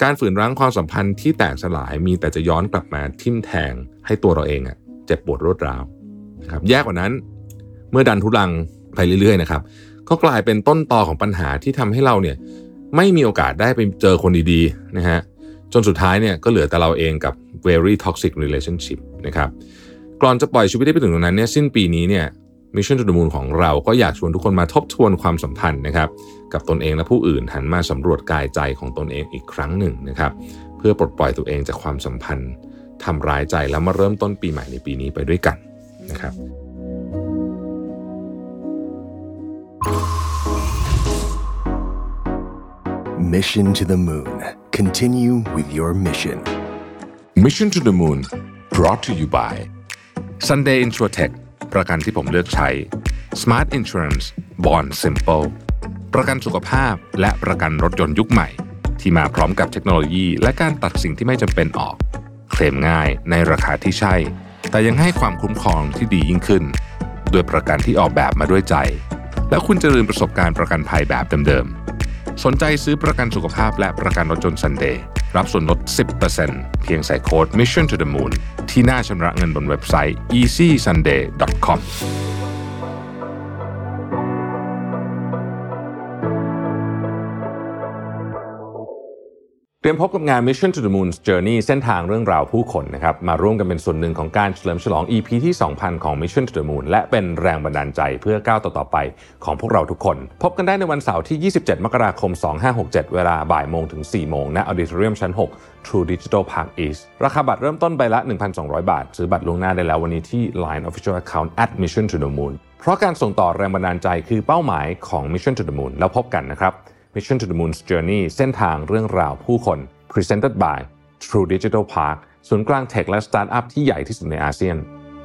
การฝืนรั้งความสัมพันธ์ที่แตกสลายมีแต่จะย้อนกลับมาทิ่มแทงให้ตัวเราเองเจ็บปวดรวดร้าวนะครับแย่กว่านั้นเมื่อดันทุรังไปเรื่อยๆนะครับก็กลายเป็นต้นตอของปัญหาที่ทำให้เราเนี่ยไม่มีโอกาสได้ไปเจอคนดีๆนะฮะจนสุดท้ายเนี่ยก็เหลือแต่เราเองกับ very toxic relationship นะครับก่อนจะปล่อยชีวิตได้ไปถึงตรงนั้นเนี่ยสิ้นปีนี้เนี่ย Mission to the Moon ของเราก็อยากชวนทุกคนมาทบทวนความสัมพันธ์นะครับกับตนเองและผู้อื่นหันมาสำรวจกายใจของตนเองอีกครั้งหนึ่งนะครับเพื่อปลดปล่อยตัวเองจากความสัมพันธ์ทำร้ายใจแล้วมาเริ่มต้นปีใหม่ในปีนี้ไปด้วยกันนะครับ Mission to the Moon. Continue with your mission. Mission to the Moon brought to you by Sunday Insurtech ประกันที่ผมเลือกใช้ Smart Insurance Bond Simple ประกันสุขภาพและประกันรถยนต์ยุคใหม่ที่มาพร้อมกับเทคโนโลยีและการตัดสิ่งที่ไม่จำเป็นออกเคลมง่ายในราคาที่ใช่แต่ยังให้ความคุ้มครองที่ดียิ่งขึ้นด้วยประกันที่ออกแบบมาด้วยใจแล้วคุณจะลืมประสบการณ์ประกันภัยแบบเดิมๆสนใจซื้อประกันสุขภาพและประกันรถยนต์ Sunday รับส่วนลด 10% เพียงใส่โค้ด Mission to the Moon ที่หน้าชำระเงินบนเว็บไซต์ easysunday.comเตรียมพบกับงาน Mission to the Moon's Journey เส้นทางเรื่องราวผู้คนนะครับมาร่วมกันเป็นส่วนหนึ่งของการเฉลิมฉลอง EP ที่ 2,000 ของ Mission to the Moon และเป็นแรงบันดาลใจเพื่อก้าวต่อไปของพวกเราทุกคนพบกันได้ในวันเสาร์ที่ 27 มกราคม 2567 เวลาบ่ายโมงถึง 4 โมงณ Auditorium ชั้น 6 True Digital Park East ราคาบัตรเริ่มต้นใบละ 1,200 บาทซื้อบัตรล่วงหน้าได้แล้ววันนี้ที่ Line Official Account @Mission to the Moon เพราะการส่งต่อแรงบันดาลใจคือเป้าหมายของ Mission to the Moon แล้วพบกันนะครับ Mission to the Moon's Journey เส้นทางเรื่องราวผู้คนPresented by True Digital Park ศูนย์กลางเทคและสตาร์ทอัพที่ใหญ่ที่สุดในอาเซียน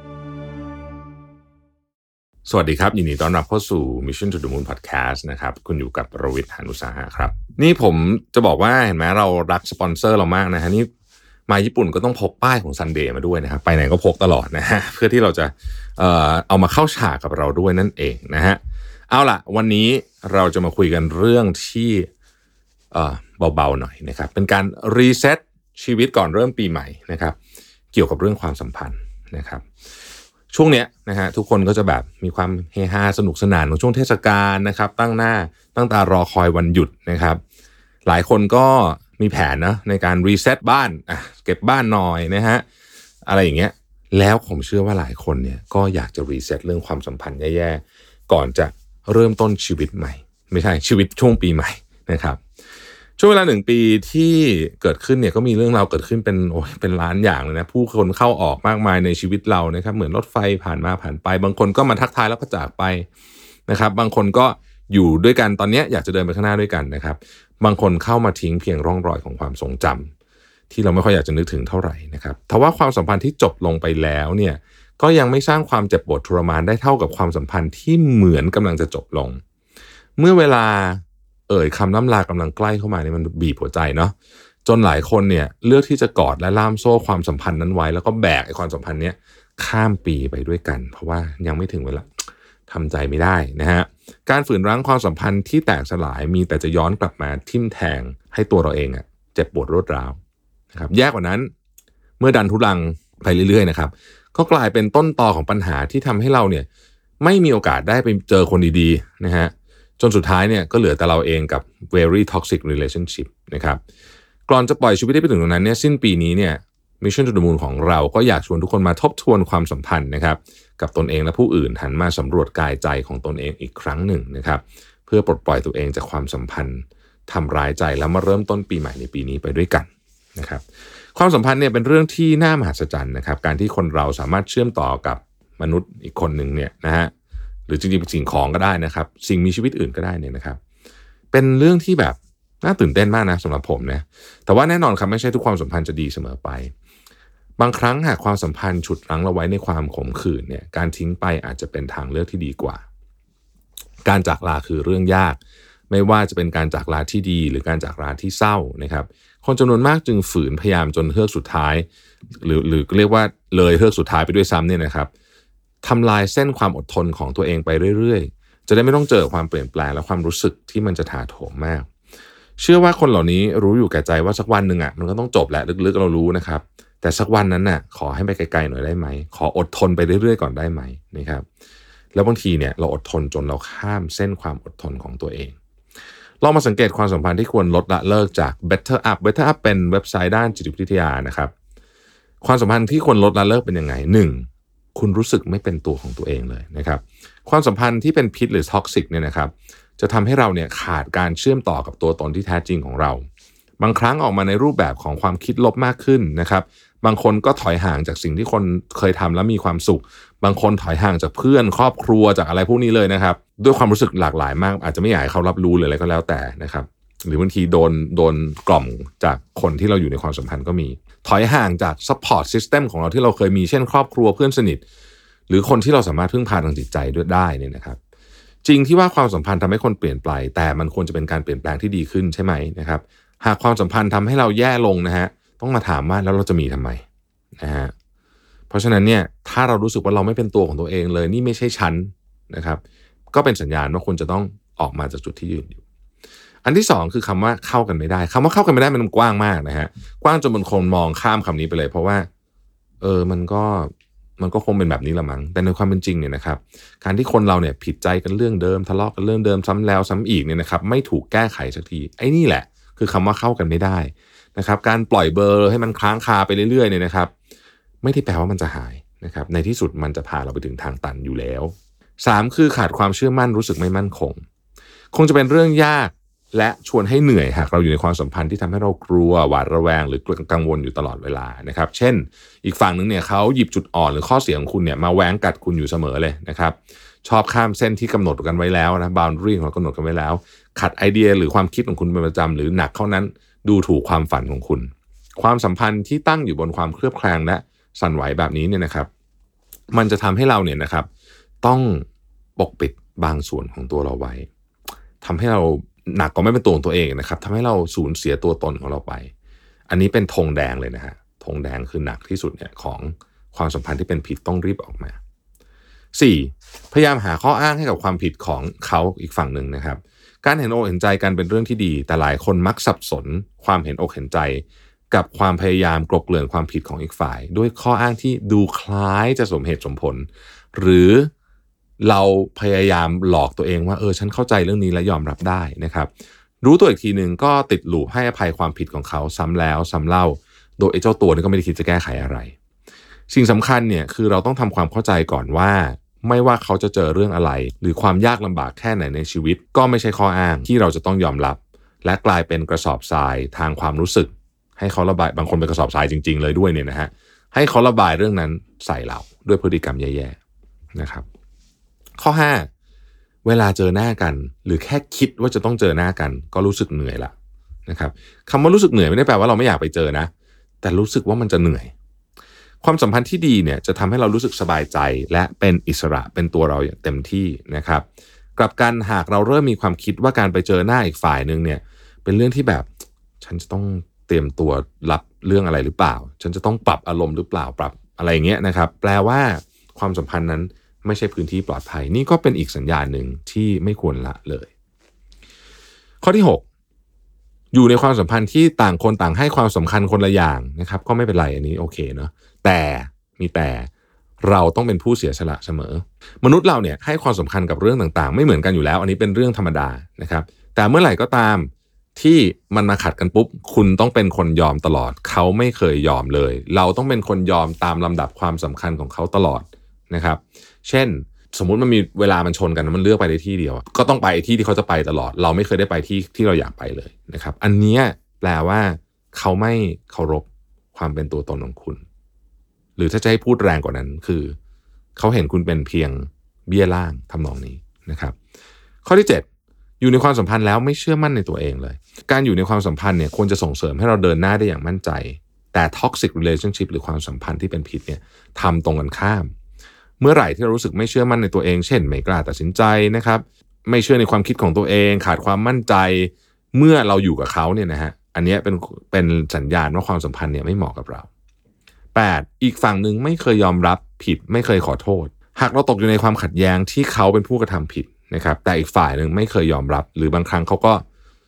สวัสดีครับยินดีต้อนรับเข้าสู่ Mission to the Moon Podcast นะครับคุณอยู่กับรวิทย์ หาญอุตสาหะครับนี่ผมจะบอกว่าเห็นไหมเรารักสปอนเซอร์เรามากนะฮะนี่มาญี่ปุ่นก็ต้องพกป้ายของ Sunday มาด้วยนะครับไปไหนก็พกตลอดนะฮะเพื่อที่เราจะเอามาเข้าฉากกับเราด้วยนั่นเองนะฮะเอาล่ะวันนี้เราจะมาคุยกันเรื่องที่เบาๆหน่อยนะครับเป็นการรีเซ็ตชีวิตก่อนเริ่มปีใหม่นะครับเกี่ยวกับเรื่องความสัมพันธ์นะครับช่วงเนี้ยนะฮะทุกคนก็จะแบบมีความเฮฮาสนุกสนานของช่วงเทศกาลนะครับตั้งตารอคอยวันหยุดนะครับหลายคนก็มีแผนนะในการรีเซ็ตบ้านเก็บบ้านหน่อยนะฮะอะไรอย่างเงี้ยแล้วผมเชื่อว่าหลายคนเนี่ยก็อยากจะรีเซ็ตเรื่องความสัมพันธ์แย่ๆก่อนจะเริ่มต้นชีวิตใหม่ไม่ใช่ชีวิตช่วงปีใหม่นะครับช่วงเวลา1ปีที่เกิดขึ้นเนี่ยก็มีเรื่องราวเกิดขึ้นเป็นล้านอย่างเลยนะผู้คนเข้าออกมากมายในชีวิตเรานะครับเหมือนรถไฟผ่านมาผ่านไปบางคนก็มาทักทายแล้วก็จากไปนะครับบางคนก็อยู่ด้วยกันตอนนี้อยากจะเดินไปข้างหน้าด้วยกันนะครับบางคนเข้ามาทิ้งเพียงร่องรอยของความทรงจำที่เราไม่ค่อยอยากจะนึกถึงเท่าไหร่นะครับทว่าความสัมพันธ์ที่จบลงไปแล้วเนี่ยก็ยังไม่สร้างความเจ็บปวดทรมานได้เท่ากับความสัมพันธ์ที่เหมือนกำลังจะจบลงเมื่อเวลาคำล่ำลากำลังใกล้เข้ามาเนี่ยมันบีบหัวใจเนาะจนหลายคนเนี่ยเลือกที่จะกอดและล่ามโซ่ความสัมพันธ์นั้นไว้แล้วก็แบกความสัมพันธ์เนี้ยข้ามปีไปด้วยกันเพราะว่ายังไม่ถึงเวลาทำใจไม่ได้นะฮะการฝืนรั้งความสัมพันธ์ที่แตกสลายมีแต่จะย้อนกลับมาทิ่มแทงให้ตัวเราเองเจ็บปวดรวดร้าวนะครับแย่กว่านั้นเมื่อดันทุรังไปเรื่อยๆนะครับก็กลายเป็นต้นตอของปัญหาที่ทำให้เราเนี่ยไม่มีโอกาสได้ไปเจอคนดีๆนะฮะจนสุดท้ายเนี่ยก็เหลือแต่เราเองกับ very toxic relationship นะครับก่อนจะปล่อยชีวิตได้ไปถึงตรงนั้นเนี่ยสิ้นปีนี้เนี่ย Mission to the Moon ของเราก็อยากชวนทุกคนมาทบทวนความสัมพันธ์นะครับกับตนเองและผู้อื่นหันมาสำรวจกายใจของตนเองอีกครั้งหนึ่งนะครับเพื่อปลดปล่อยตัวเองจากความสัมพันธ์ทำร้ายใจแล้วมาเริ่มต้นปีใหม่ในปีนี้ไปด้วยกันนะครับความสัมพันธ์เนี่ยเป็นเรื่องที่น่ามหัศจรรย์นะครับการที่คนเราสามารถเชื่อมต่อกับมนุษย์อีกคนหนึ่งเนี่ยนะฮะหรือจริงๆเป็นสิ่งของก็ได้นะครับสิ่งมีชีวิตอื่นก็ได้เนี่ยนะครับเป็นเรื่องที่แบบน่าตื่นเต้นมากนะสำหรับผมนะแต่ว่าแน่นอนครับไม่ใช่ทุกความสัมพันธ์จะดีเสมอไปบางครั้งหากความสัมพันธ์ฉุดรั้งเราไว้ในความขมขื่นเนี่ยการทิ้งไปอาจจะเป็นทางเลือกที่ดีกว่าการจากลาคือเรื่องยากไม่ว่าจะเป็นการจากลาที่ดีหรือการจากลาที่เศร้านะครับคนจำนวนมากจึงฝืนพยายามจนเฮือกสุดท้ายหรือเรียกว่าเลยเฮือกสุดท้ายไปด้วยซ้ำเนี่ยนะครับทำลายเส้นความอดทนของตัวเองไปเรื่อยๆจะได้ไม่ต้องเจอความเปลี่ยนแปลงและความรู้สึกที่มันจะถาโถมมากเชื่อว่าคนเหล่านี้รู้อยู่แก่ใจว่าสักวันนึงมันก็ต้องจบแหละลึกๆเรารู้นะครับแต่สักวันนั้นขอให้ไปไกลๆหน่อยได้ไหมขออดทนไปเรื่อยๆก่อนได้ไหมนะครับแล้วบางทีเนี่ยเราอดทนจนเราข้ามเส้นความอดทนของตัวเองลองมาสังเกตความสัมพันธ์ที่ควรลดละเลิกจาก Better Up เป็นเว็บไซต์ด้านจิตวิทยานะครับความสัมพันธ์ที่ควรลดละเลิกเป็นยังไง 1. คุณรู้สึกไม่เป็นตัวของตัวเองเลยนะครับความสัมพันธ์ที่เป็นพิษหรือท็อกซิกเนี่ยนะครับจะทำให้เราเนี่ยขาดการเชื่อมต่อกับตัวตนที่แท้จริงของเราบางครั้งออกมาในรูปแบบของความคิดลบมากขึ้นนะครับบางคนก็ถอยห่างจากสิ่งที่คนเคยทำแล้วมีความสุขบางคนถอยห่างจากเพื่อนครอบครัวจากอะไรพวกนี้เลยนะครับด้วยความรู้สึกหลากหลายมากอาจจะไม่อยากให้เขารับรู้เลยอะไรก็แล้วแต่นะครับหรือบางทีโดนกล่อมจากคนที่เราอยู่ในความสัมพันธ์ก็มีถอยห่างจาก support system ของเราที่เราเคยมีเช่นครอบครัวเพื่อนสนิทหรือคนที่เราสามารถพึ่งพาทางจิตใจด้วยได้เนี่ยนะครับจริงที่ว่าความสัมพันธ์ทำให้คนเปลี่ยนไปแต่มันควรจะเป็นการเปลี่ยนแปลงที่ดีขึ้นใช่ไหมนะครับหากความสัมพันธ์ทำให้เราแย่ลงนะฮะต้องมาถามว่าแล้วเราจะมีทำไมนะฮะเพราะฉะนั้นเนี่ยถ้าเรารู้สึกว่าเราไม่เป็นตัวของตัวเองเลยนี่ไม่ใช่ฉันนะครับก็เป็นสัญญาณว่าคุณจะต้องออกมาจากจุดที่ยืนอยู่อันที่สองคือคำว่าเข้ากันไม่ได้คำว่าเข้ากันไม่ได้มันกว้างมากนะฮะกว้างจนบางคนมองข้ามคำนี้ไปเลยเพราะว่ามันก็คงเป็นแบบนี้ละมั้งแต่ในความเป็นจริงเนี่ยนะครับการที่คนเราเนี่ยผิดใจกันเรื่องเดิมทะเลาะกันเรื่องเดิมซ้ำแล้วซ้ำอีกเนี่ยนะครับไม่ถูกแก้ไขสักทีไอ้นี่แหละคือคำว่าเข้ากันไม่ได้นะครับการปล่อยเบอร์ให้มันค้างคาไปเรื่อยๆเนี่ยนะครับไม่ได้แปลว่ามันจะหายนะครับในที่สุดมันจะพาเราไปถึงทางตันอยู่แล้ว3คือขาดความเชื่อมั่นรู้สึกไม่มั่นคงจะเป็นเรื่องยากและชวนให้เหนื่อยหากเราอยู่ในความสัมพันธ์ที่ทำให้เรากลัวหวาดระแวงหรือกังวลอยู่ตลอดเวลานะครับเช่นอีกฝั่งนึงเนี่ยเขาหยิบจุดอ่อนหรือข้อเสียของคุณเนี่ยมาแว้งกัดคุณอยู่เสมอเลยนะครับชอบข้ามเส้นที่กำหนดกันไว้แล้วนะ boundary ของเรากำหนดกันไว้แล้วขัดไอเดียหรือความคิดของคุณเป็นประจำหรือหนักเข้านั้นดูถูกความฝันของคุณความสัมพันธ์ที่ตั้งอยู่บนความเคลือบแคลงและสั่นไหวแบบนี้เนี่ยนะครับมันจะทำให้เราเนี่ยนะครับต้องปกปิดบางส่วนของตัวเราไว้ทำให้เราหนักก็ไม่เป็นตัวของตัวเองนะครับทำให้เราสูญเสียตัวตนของเราไปอันนี้เป็นธงแดงเลยนะฮะธงแดงคือหนักที่สุดเนี่ยของความสัมพันธ์ที่เป็นผิดต้องรีบออกมา 4. พยายามหาข้ออ้างให้กับความผิดของเขาอีกฝั่งหนึ่งนะครับการเห็นอกเห็นใจกันเป็นเรื่องที่ดีแต่หลายคนมักสับสนความเห็นอกเห็นใจกับความพยายามกลบเกลื่อนความผิดของอีกฝ่ายด้วยข้ออ้างที่ดูคล้ายจะสมเหตุสมผลหรือเราพยายามหลอกตัวเองว่าฉันเข้าใจเรื่องนี้และยอมรับได้นะครับรู้ตัวอีกทีนึงก็ติดลูปให้อภัยความผิดของเขาซ้ำแล้วซ้ำเล่าโดยไอ้เจ้าตัวนี้ก็ไม่ได้คิดจะแก้ไขอะไรสิ่งสำคัญเนี่ยคือเราต้องทำความเข้าใจก่อนว่าไม่ว่าเขาจะเจอเรื่องอะไรหรือความยากลำบากแค่ไหนในชีวิตก็ไม่ใช่ข้ออ้างที่เราจะต้องยอมรับและกลายเป็นกระสอบทรายทางความรู้สึกให้เขาระบายบางคนเป็นกระสอบทรายจริงๆเลยด้วยเนี่ยนะฮะให้เขาระบายเรื่องนั้นใส่เราด้วยพฤติกรรมแย่ๆนะครับข้อ5เวลาเจอหน้ากันหรือแค่คิดว่าจะต้องเจอหน้ากันก็รู้สึกเหนื่อยละนะครับคำว่ารู้สึกเหนื่อยไม่ได้แปลว่าเราไม่อยากไปเจอนะแต่รู้สึกว่ามันจะเหนื่อยความสัมพันธ์ที่ดีเนี่ยจะทำให้เรารู้สึกสบายใจและเป็นอิสระเป็นตัวเราอย่างเต็มที่นะครับกลับกันหากเราเริ่มมีความคิดว่าการไปเจอหน้าอีกฝ่ายนึงเนี่ยเป็นเรื่องที่แบบฉันจะต้องเตรียมตัวรับเรื่องอะไรหรือเปล่าฉันจะต้องปรับอารมณ์หรือเปล่าปรับอะไรอย่างเงี้ยนะครับแปลว่าความสัมพันธ์นั้นไม่ใช่พื้นที่ปลอดภัยนี่ก็เป็นอีกสัญญาณหนึ่งที่ไม่ควรละเลยข้อที่6อยู่ในความสัมพันธ์ที่ต่างคนต่างให้ความสำคัญคนละอย่างนะครับก็ไม่เป็นไรอันนี้โอเคเนาะแต่เราต้องเป็นผู้เสียสละเสมอมนุษย์เราเนี่ยให้ความสำคัญกับเรื่องต่างๆไม่เหมือนกันอยู่แล้วอันนี้เป็นเรื่องธรรมดานะครับแต่เมื่อไหร่ก็ตามที่มันมาขัดกันปุ๊บคุณต้องเป็นคนยอมตลอดเขาไม่เคยยอมเลยเราต้องเป็นคนยอมตามลำดับความสำคัญของเขาตลอดนะครับเช่นสมมุติมันมีเวลามันชนกันมันเลือกไปในที่เดียวก็ต้องไปที่เขาจะไปตลอดเราไม่เคยได้ไปที่เราอยากไปเลยนะครับอันนี้แปลว่าเขาไม่เคารพความเป็นตัวตนของคุณหรือถ้าจะให้พูดแรงกว่านั้นคือเขาเห็นคุณเป็นเพียงเบี้ยล่างทำนองนี้นะครับข้อที่7อยู่ในความสัมพันธ์แล้วไม่เชื่อมั่นในตัวเองเลยการอยู่ในความสัมพันธ์เนี่ยควรจะส่งเสริมให้เราเดินหน้าได้อย่างมั่นใจแต่ toxic relationship หรือความสัมพันธ์ที่เป็นพิษเนี่ยทำตรงกันข้ามเมื่อไหร่ที่เรารู้สึกไม่เชื่อมั่นในตัวเองเช่นไม่กล้าตัดสินใจนะครับไม่เชื่อในความคิดของตัวเองขาดความมั่นใจเมื่อเราอยู่กับเขาเนี่ยนะฮะอันนี้เป็นสัญญาณว่าความสัมพันธ์เนี่ยไม่เหมาะกับเรา8อีกฝั่งหนึ่งไม่เคยยอมรับผิดไม่เคยขอโทษหากเราตกอยู่ในความขัดแย้งที่เขาเป็นผู้กระทำผิดนะครับแต่อีกฝ่ายหนึ่งไม่เคยยอมรับหรือบางครั้งเขาก็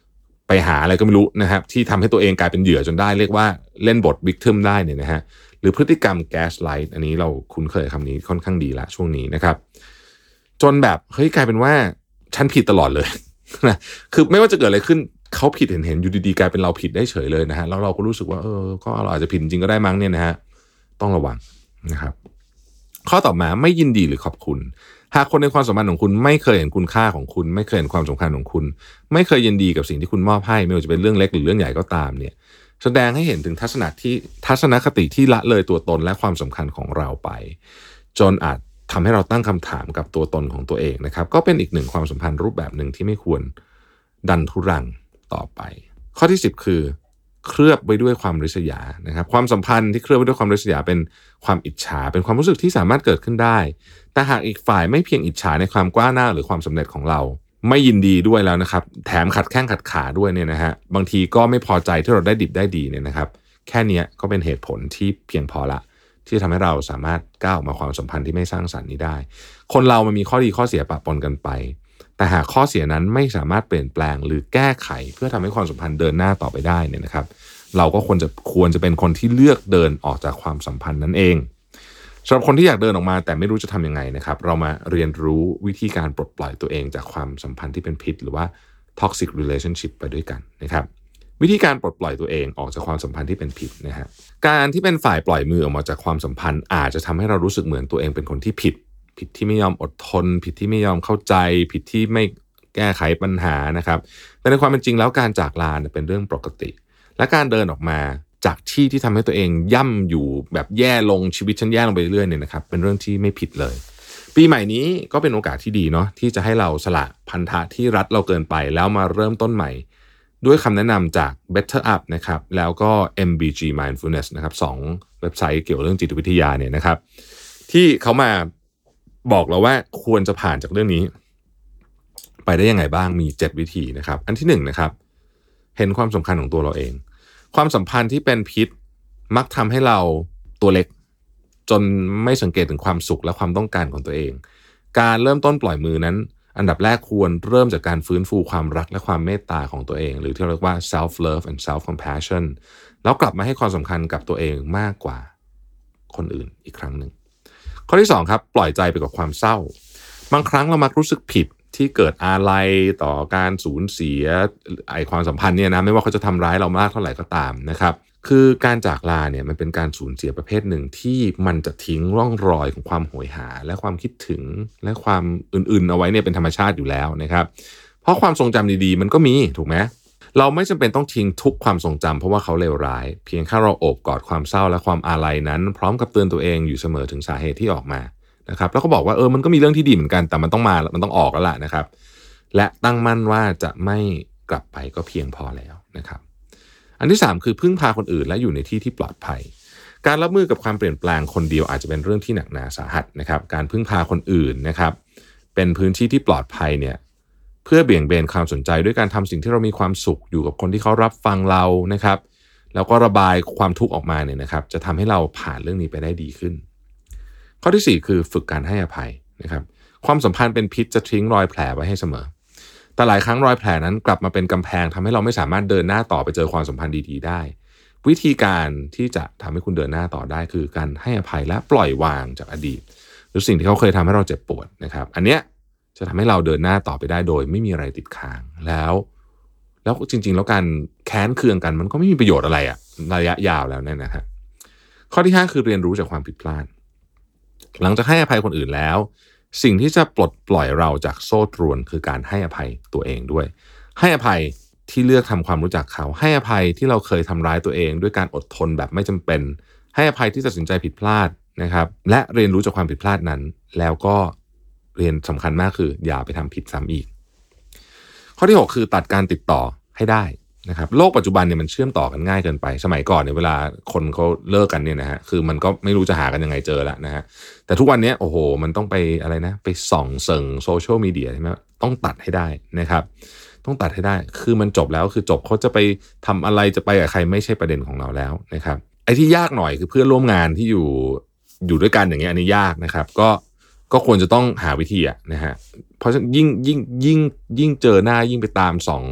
ไปหาอะไรก็ไม่รู้นะครับที่ทำให้ตัวเองกลายเป็นเหยื่อจนได้เรียกว่าเล่นบท victim ได้เนี่ยนะฮะหรือพฤติกรรม gaslight อันนี้เราคุ้นเคยคำนี้ค่อนข้างดีละช่วงนี้นะครับจนแบบเฮ้ยกลายเป็นว่าฉันผิดตลอดเลยนะคือไม่ว่าจะเกิดอะไรขึ้นเขาผิดเห็นอยู่ดีๆกลายเป็นเราผิดได้เฉยเลยนะฮะแล้วเราก็รู้สึกว่าก็เราอาจจะผิดจริงก็ได้มั้งเนี่ยนะฮะต้องระวังนะครับข้อต่อมาไม่ยินดีหรือขอบคุณหากคนในความสัมพันธ์ของคุณไม่เคยเห็นคุณค่าของคุณไม่เคยเห็นความสำคัญของคุณไม่เคยยินดีกับสิ่งที่คุณมอบให้ไม่ว่าจะเป็นเรื่องเล็กหรือเรื่องใหญ่ก็ตามเนี่ยแสดงให้เห็นถึงทัศนคติที่ละเลยตัวตนและความสำคัญของเราไปจนอาจทำให้เราตั้งคำถามกับตัวตนของตัวเองนะครับก็เป็นอีกหนึ่งความสัมพันธ์รูปแบบหนึ่งที่ไม่ควรดันทุรังต่อไปข้อที่10คือเคลือบไว้ด้วยความริษยานะครับความสัมพันธ์ที่เคลือบไว้ด้วยความริษยาเป็นความอิจฉาเป็นความรู้สึกที่สามารถเกิดขึ้นได้แต่หากอีกฝ่ายไม่เพียงอิจฉาในความกล้าหน้าหรือความสำเร็จของเราไม่ยินดีด้วยแล้วนะครับแถมขัดแข้งขัดขาด้วยเนี่ยนะฮะบางทีก็ไม่พอใจที่เราได้ดิบได้ดีเนี่ยนะครับแค่นี้ก็เป็นเหตุผลที่เพียงพอละที่ทำให้เราสามารถก้าวออกมาความสัมพันธ์ที่ไม่สร้างสรรค์นี้ได้คนเรามันมีข้อดีข้อเสียปะปนกันไปแต่หากข้อเสียนั้นไม่สามารถเปลี่ยนแปลงหรือแก้ไขเพื่อทำให้ความสัมพันธ์เดินหน้าต่อไปได้เนี่ยนะครับเราก็ควรจะเป็นคนที่เลือกเดินออกจากความสัมพันธ์นั้นเองสำหรับคนที่อยากเดินออกมาแต่ไม่รู้จะทำยังไงนะครับเรามาเรียนรู้วิธีการปลดปล่อยตัวเองจากความสัมพันธ์ที่เป็นพิษหรือว่า toxic relationship ไปด้วยกันนะครับวิธีการปลดปล่อยตัวเองออกจากความสัมพันธ์ที่เป็นพิษนะฮะการที่เป็นฝ่ายปล่อยมือออกมาจากความสัมพันธ์อาจจะทำให้เรารู้สึกเหมือนตัวเองเป็นคนที่ผิดที่ไม่ยอมอดทนผิดที่ไม่ยอมเข้าใจผิดที่ไม่แก้ไขปัญหานะครับแต่ในความเป็นจริงแล้วการจากลาเป็นเรื่องปกติและการเดินออกมาจากที่ทำให้ตัวเองย่ำอยู่แบบแย่ลงชีวิตฉันแย่ลงไปเรื่อยๆเนี่ยนะครับเป็นเรื่องที่ไม่ผิดเลยปีใหม่นี้ก็เป็นโอกาสที่ดีเนาะที่จะให้เราสละพันธะที่รัดเราเกินไปแล้วมาเริ่มต้นใหม่ด้วยคำแนะนำจาก Better Up นะครับแล้วก็ MBG Mindfulness นะครับ2เว็บไซต์เกี่ยวกับเรื่องจิตวิทยาเนี่ยนะครับที่เขามาบอกเราว่าควรจะผ่านจากเรื่องนี้ไปได้ยังไงบ้างมี7วิธีนะครับอันที่1นะครับเห็นความสำคัญของตัวเราเองความสัมพันธ์ที่เป็นพิษมักทำให้เราตัวเล็กจนไม่สังเกตถึงความสุขและความต้องการของตัวเองการเริ่มต้นปล่อยมือนั้นอันดับแรกควรเริ่มจากการฟื้นฟูความรักและความเมตตาของตัวเองหรือที่เรียกว่า self love and self compassion แล้วกลับมาให้ความสำคัญกับตัวเองมากกว่าคนอื่นอีกครั้งหนึ่งข้อที่2ครับปล่อยใจไปกับความเศร้าบางครั้งเรามักรู้สึกผิดที่เกิดอาลัยต่อการสูญเสียความสัมพันธ์เนี่ยนะไม่ว่าเขาจะทำร้ายเรามากเท่าไหร่ก็ตามนะครับคือการจากลาเนี่ยมันเป็นการสูญเสียประเภทหนึ่งที่มันจะทิ้งร่องรอยของความโหยหาและความคิดถึงและความอื่นๆเอาไว้เนี่ยเป็นธรรมชาติอยู่แล้วนะครับเพราะความทรงจำดีๆมันก็มีถูกไหมเราไม่จำเป็นต้องทิ้งทุกความทรงจำเพราะว่าเขาเลวร้ายเพียงแค่เราโอบกอดความเศร้าและความอาลัยนั้นพร้อมกับเตือนตัวเองอยู่เสมอถึงสาเหตุที่ออกมานะครับแล้วก็บอกว่ามันก็มีเรื่องที่ดีเหมือนกันแต่มันต้องออกแล้วล่ะนะครับและตั้งมั่นว่าจะไม่กลับไปก็เพียงพอแล้วนะครับอันที่3คือพึ่งพาคนอื่นและอยู่ในที่ที่ปลอดภัยการรับมือกับความเปลี่ยนแปลงคนเดียวอาจจะเป็นเรื่องที่หนักหนาสาหัสนะครับการพึ่งพาคนอื่นนะครับเป็นพื้นที่ที่ปลอดภัยเนี่ยเพื่อเบี่ยงเบนความสนใจด้วยการทำสิ่งที่เรามีความสุขอยู่กับคนที่เขารับฟังเรานะครับแล้วก็ระบายความทุกข์ออกมาเนี่ยนะครับจะทำให้เราผ่านเรื่องนี้ไปได้ดีขึ้นข้อที่4คือฝึกการให้อภัยนะครับความสัมพันธ์เป็นพิษจะทิ้งรอยแผลไว้ให้เสมอแต่หลายครั้งรอยแผลนั้นกลับมาเป็นกำแพงทำให้เราไม่สามารถเดินหน้าต่อไปเจอความสัมพันธ์ดีๆได้วิธีการที่จะทำให้คุณเดินหน้าต่อได้คือการให้อภัยและปล่อยวางจากอดีตหรือสิ่งที่เขาเคยทำให้เราเจ็บปวดนะครับอันเนี้ยจะทำให้เราเดินหน้าต่อไปได้โดยไม่มีอะไรติดค้างแล้วจริงๆแล้วการแค้นเคืองกันมันก็ไม่มีประโยชน์อะไรอะระยะยาวแล้วเนี่ยนะครับข้อที่5คือเรียนรู้จากความผิดพลาดหลังจากให้อภัยคนอื่นแล้วสิ่งที่จะปลดปล่อยเราจากโซ่ตรวนคือการให้อภัยตัวเองด้วยให้อภัยที่เลือกทำความรู้จักเขาให้อภัยที่เราเคยทำร้ายตัวเองด้วยการอดทนแบบไม่จำเป็นให้อภัยที่ตัดสินใจผิดพลาดนะครับและเรียนรู้จากความผิดพลาดนั้นแล้วก็เรียนสำคัญมากคืออย่าไปทำผิดซ้ำอีกข้อที่6คือตัดการติดต่อให้ได้นะครับโลกปัจจุบันเนี่ยมันเชื่อมต่อกันง่ายเกินไปสมัยก่อนเนี่ยเวลาคนเขาเลิกกันเนี่ยนะฮะคือมันก็ไม่รู้จะหากันยังไงเจอละนะฮะแต่ทุกวันนี้โอ้โหมันต้องไปอะไรนะไปส่องเสิงโซเชียลมีเดียใช่ไหมต้องตัดให้ได้นะครับต้องตัดให้ได้คือมันจบแล้วคือจบเขาจะไปทำอะไรจะไปกับใครไม่ใช่ประเด็นของเราแล้วนะครับไอ้ที่ยากหน่อยคือเพื่อนร่วมงานที่อยู่ด้วยกันอย่างเงี้ยอันนี้ยากนะครับก็ควรจะต้องหาวิธีนะฮะเพราะยิ่งเจอหน้ายิ่งไปตามส่อง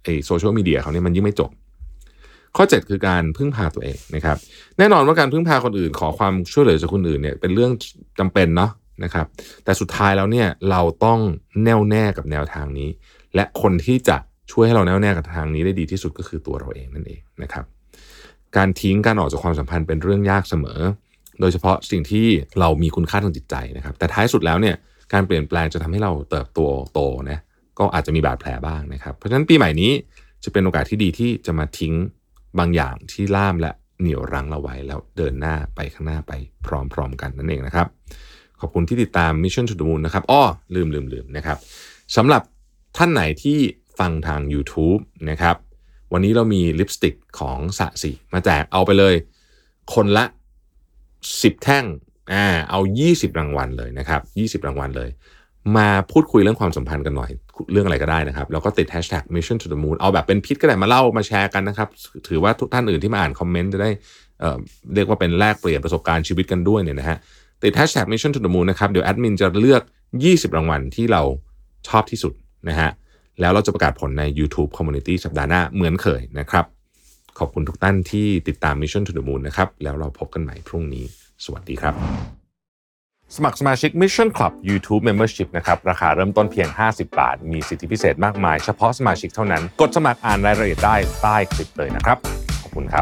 โซเชียลมีเดียเขาเนี่ยมันยิ่งไม่จบข้อ7คือการพึ่งพาตัวเองนะครับแน่นอนว่าการพึ่งพาคนอื่นขอความช่วยเหลือจากคนอื่นเนี่ยเป็นเรื่องจำเป็นเนาะนะครับแต่สุดท้ายแล้วเนี่ยเราต้องแน่วแน่กับแนวทางนี้และคนที่จะช่วยให้เราแน่วแน่กับทางนี้ได้ดีที่สุดก็คือตัวเราเองนั่นเองนะครับการทิ้งการออกจากความสัมพันธ์เป็นเรื่องยากเสมอโดยเฉพาะสิ่งที่เรามีคุณค่าทางจิตใจนะครับแต่ท้ายสุดแล้วเนี่ยการเปลี่ยนแปลงจะทำให้เราเติบโตนะก็อาจจะมีบาดแผลบ้างนะครับเพราะฉะนั้นปีใหม่นี้จะเป็นโอกาสที่ดีที่จะมาทิ้งบางอย่างที่ล่ามและเหนี่ยวรั้งเราไว้แล้วเดินหน้าไปข้างหน้าไปพร้อมๆกันนั่นเองนะครับขอบคุณที่ติดตาม Mission to the Moon นะครับลืมนะครับสำหรับท่านไหนที่ฟังทาง YouTube นะครับวันนี้เรามีลิปสติกของสะสิมาแจกเอาไปเลยคนละ10แท่งเอา20รางวัลเลยนะครับ20รางวัลเลยมาพูดคุยเรื่องความสัมพันธ์กันหน่อยเรื่องอะไรก็ได้นะครับแล้วก็ติด hashtag mission to the moon เอาแบบเป็นพิษก็ได้มาเล่ามาแชร์กันนะครับถือว่าทุกท่านอื่นที่มาอ่านคอมเมนต์จะได้เรียกว่าเป็นแลกเปลี่ยนประสบการณ์ชีวิตกันด้วยเนี่ยนะฮะติด hashtag mission to the moon นะครับเดี๋ยวแอดมินจะเลือก20รางวัลที่เราชอบที่สุดนะฮะแล้วเราจะประกาศผลใน YouTube Community สัปดาห์หน้าเหมือนเคยนะครับขอบคุณทุกท่านที่ติดตาม Mission to the Moon นะครับแล้วเราพบกันใหม่พรุ่งนี้สวัสดีครับสมัครสมาชิก Mission Club YouTube Membership นะครับราคาเริ่มต้นเพียง50 บาทมีสิทธิพิเศษมากมายเฉพาะสมาชิกเท่านั้นกดสมัครอ่านรายละเอียดได้ใต้คลิปเลยนะครับขอบคุณครับ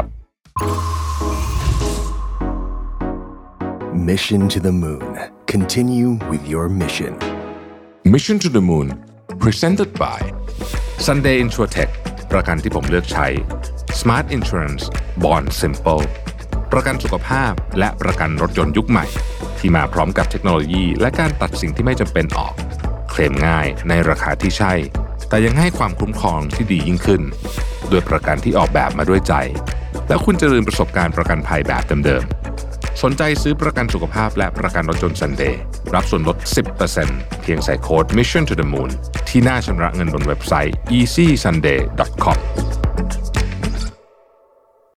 Mission to the Moon. Continue with your mission. Mission to the Moon Presented by Sunday Insurtech ประกันที่ผมเลือกใช้ Smart Insurance Bond Simple ประกันสุขภาพและประกันรถยนต์ยุคใหม่ที่มาพร้อมกับเทคโนโลยีและการตัดสิ่งที่ไม่จำเป็นออกเคลมง่ายในราคาที่ใช่แต่ยังให้ความคุ้มครองที่ดียิ่งขึ้นด้วยประกันที่ออกแบบมาด้วยใจแล้วคุณจะลืมประสบการณ์ประกันภัยแบบเดิมๆสนใจซื้อประกันสุขภาพและประกันรถยนต์ Sunday รับส่วนลด 10% เพียงใส่โค้ด Mission to the Moon ที่หน้าชำระเงินบนเว็บไซต์ easysunday.com